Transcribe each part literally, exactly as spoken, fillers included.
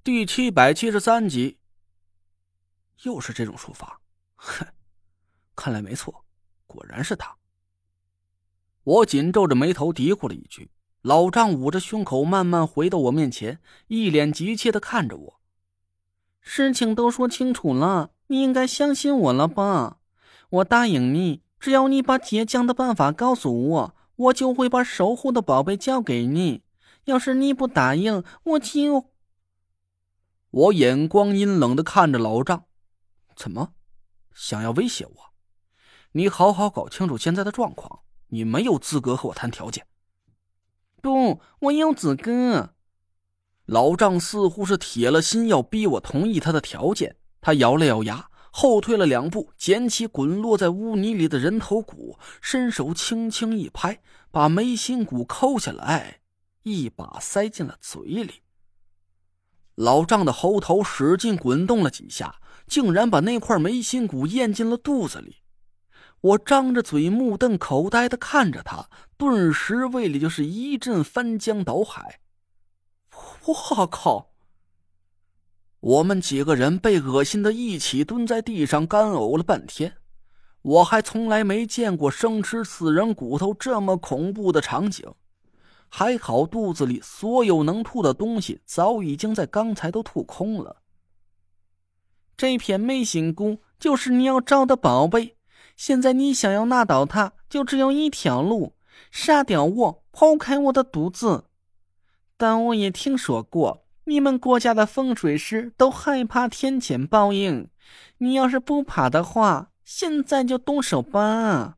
第七百七十三集。又是这种术法，哼，看来没错，果然是他。我紧皱着眉头嘀咕了一句，老丈捂着胸口慢慢回到我面前，一脸急切地看着我。事情都说清楚了，你应该相信我了吧？我答应你，只要你把解降的办法告诉我，我就会把守护的宝贝交给你。要是你不答应，我就……我眼光阴冷地看着老丈，怎么，想要威胁我？你好好搞清楚现在的状况，你没有资格和我谈条件。不，我有资格。老丈似乎是铁了心要逼我同意他的条件，他咬了咬牙，后退了两步，捡起滚落在污泥里的人头骨，伸手轻轻一拍，把眉心骨抠下来，一把塞进了嘴里。老丈的喉头使劲滚动了几下，竟然把那块眉心骨咽进了肚子里。我张着嘴目瞪口呆地看着他，顿时胃里就是一阵翻江倒海。我靠！我们几个人被恶心的一起蹲在地上干呕了半天。我还从来没见过生吃死人骨头这么恐怖的场景。还好肚子里所有能吐的东西早已经在刚才都吐空了。这片眉心骨就是你要找的宝贝，现在你想要拿到它，就只有一条路，杀掉我，剖开我的肚子。但我也听说过，你们国家的风水师都害怕天谴报应，你要是不怕的话，现在就动手吧。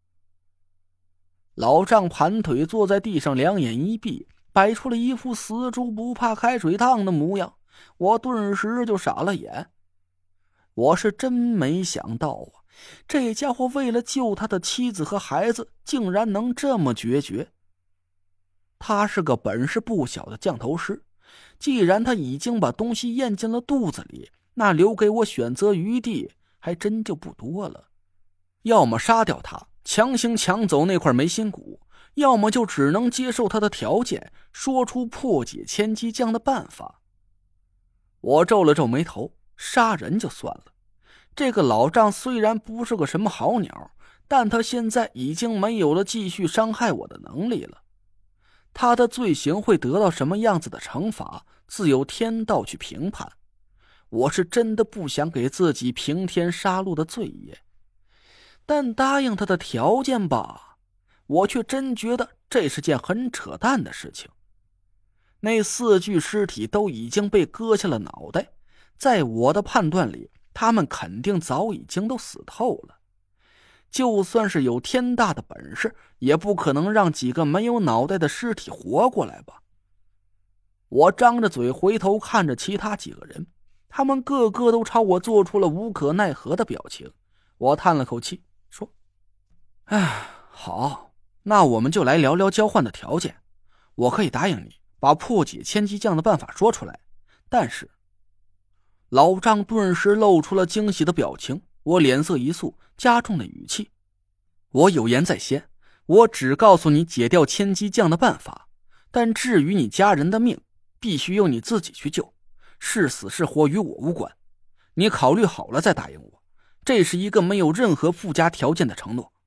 老丈盘腿坐在地上，两眼一闭，摆出了一副死猪不怕开水烫的模样。我顿时就傻了眼。我是真没想到啊，这家伙为了救他的妻子和孩子，竟然能这么决绝。他是个本事不小的降头师，既然他已经把东西咽进了肚子里，那留给我选择余地还真就不多了。要么杀掉他，强行抢走那块眉心骨，要么就只能接受他的条件，说出破解千机降的办法。我皱了皱眉头，杀人就算了，这个老丈虽然不是个什么好鸟，但他现在已经没有了继续伤害我的能力了。他的罪行会得到什么样子的惩罚，自有天道去评判。我是真的不想给自己平添杀戮的罪业，但答应他的条件吧，我却真觉得这是件很扯淡的事情。那四具尸体都已经被割下了脑袋，在我的判断里，他们肯定早已经都死透了。就算是有天大的本事，也不可能让几个没有脑袋的尸体活过来吧。我张着嘴回头看着其他几个人，他们个个都朝我做出了无可奈何的表情。我叹了口气说，唉，好，那我们就来聊聊交换的条件。我可以答应你把破解千机降的办法说出来，但是……老丈顿时露出了惊喜的表情。我脸色一肃，加重了语气，我有言在先，我只告诉你解掉千机降的办法，但至于你家人的命，必须由你自己去救，是死是活与我无关。你考虑好了再答应我，这是一个没有任何附加条件的承诺。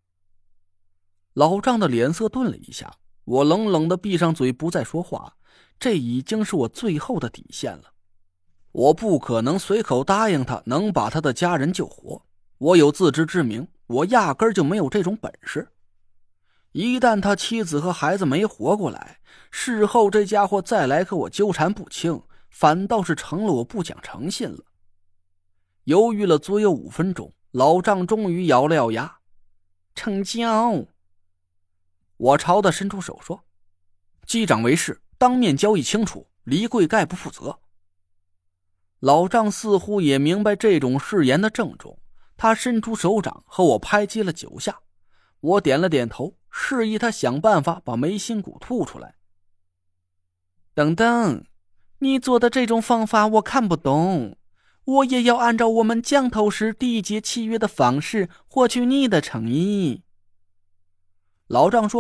老丈的脸色顿了一下，我冷冷地闭上嘴不再说话，这已经是我最后的底线了。我不可能随口答应他能把他的家人救活，我有自知之明，我压根儿就没有这种本事。一旦他妻子和孩子没活过来，事后这家伙再来和我纠缠不清，反倒是成了我不讲诚信了。犹豫了足有五分钟，老丈终于咬了咬牙，成交。我朝他伸出手说，击掌为誓，当面交易清楚，黎贵概不负责。老丈似乎也明白这种誓言的郑重，他伸出手掌和我拍击了九下。我点了点头，示意他想办法把眉心骨吐出来。等等，你做的这种方法我看不懂，我也要按照我们降头师缔结契约的方式获取你的诚意。老丈说完，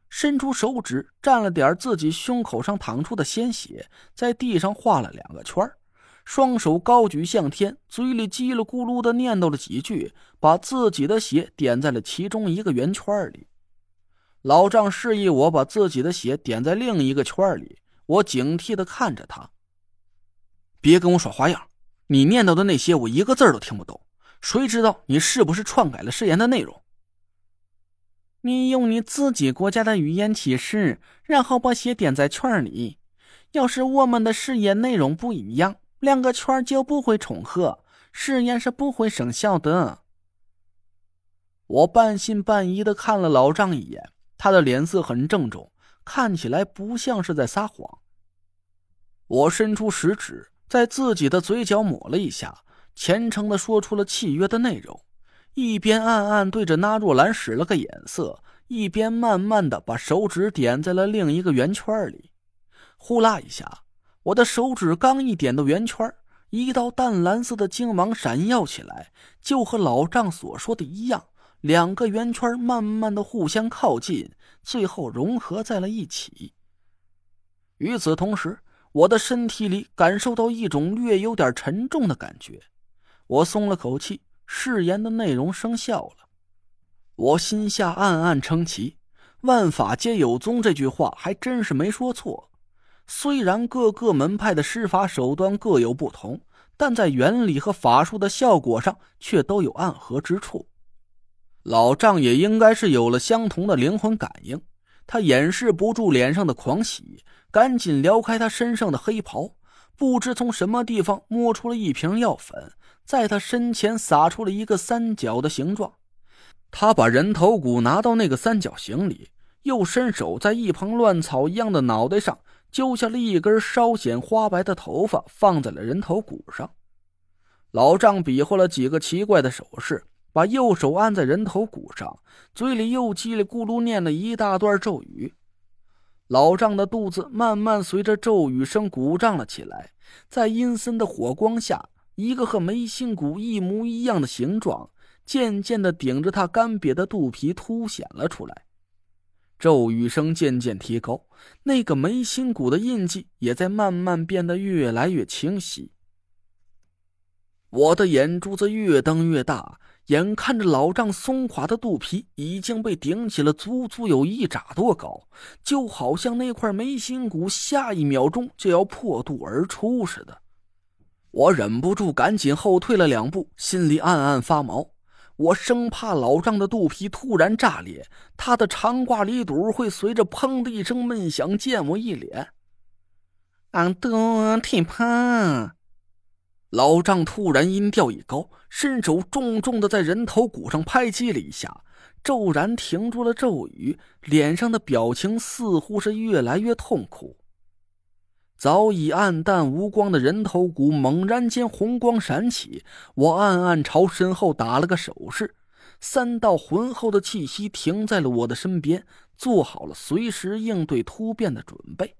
伸出手指蘸了点自己胸口上淌出的鲜血，在地上画了两个圈，双手高举向天，嘴里叽里咕噜地念叨了几句，把自己的血点在了其中一个圆圈里。老丈示意我把自己的血点在另一个圈里，我警惕地看着他。别跟我耍花样，你念叨的那些我一个字都听不懂，谁知道你是不是篡改了誓言的内容？你用你自己国家的语言启示，然后把血点在圈里。要是我们的誓言内容不一样，两个圈就不会重合，誓言是不会生效的。我半信半疑地看了老丈一眼，他的脸色很郑重，看起来不像是在撒谎。我伸出食指，在自己的嘴角抹了一下，虔诚地说出了契约的内容，一边暗暗对着那若兰使了个眼色，一边慢慢地把手指点在了另一个圆圈里。呼啦一下，我的手指刚一点到圆圈，一道淡蓝色的精芒闪耀起来，就和老丈所说的一样，两个圆圈慢慢地互相靠近，最后融合在了一起。与此同时，我的身体里感受到一种略有点沉重的感觉，我松了口气，誓言的内容生效了。我心下暗暗称奇，万法皆有宗这句话还真是没说错。虽然各个门派的施法手段各有不同，但在原理和法术的效果上却都有暗合之处。老丈也应该是有了相同的灵魂感应，他掩饰不住脸上的狂喜，赶紧撩开他身上的黑袍，不知从什么地方摸出了一瓶药粉，在他身前撒出了一个三角的形状。他把人头骨拿到那个三角形里，又伸手在一旁乱草一样的脑袋上揪下了一根稍显花白的头发，放在了人头骨上。老丈比划了几个奇怪的手势，把右手按在人头骨上，嘴里又叽里咕噜念了一大段咒语。老丈的肚子慢慢随着咒语声鼓胀了起来，在阴森的火光下，一个和眉心骨一模一样的形状渐渐地顶着他干瘪的肚皮凸显了出来。咒语声渐渐提高，那个眉心骨的印记也在慢慢变得越来越清晰。我的眼珠子越瞪越大，眼看着老丈松垮的肚皮已经被顶起了足足有一拃多高，就好像那块眉心骨下一秒钟就要破肚而出似的。我忍不住赶紧后退了两步，心里暗暗发毛。我生怕老丈的肚皮突然炸裂，他的长挂里肚会随着砰的一声闷响溅我一脸。俺肚挺胖。老丈突然音调一高，伸手重重地在人头骨上拍击了一下，骤然停住了咒语，脸上的表情似乎是越来越痛苦。早已暗淡无光的人头骨猛然间红光闪起，我暗暗朝身后打了个手势，三道浑厚的气息停在了我的身边，做好了随时应对突变的准备。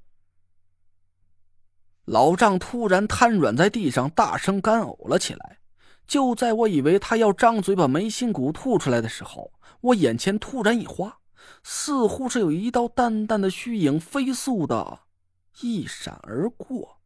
老丈突然瘫软在地上，大声干呕了起来。就在我以为他要张嘴把眉心骨吐出来的时候，我眼前突然一花，似乎是有一道淡淡的虚影飞速的一闪而过。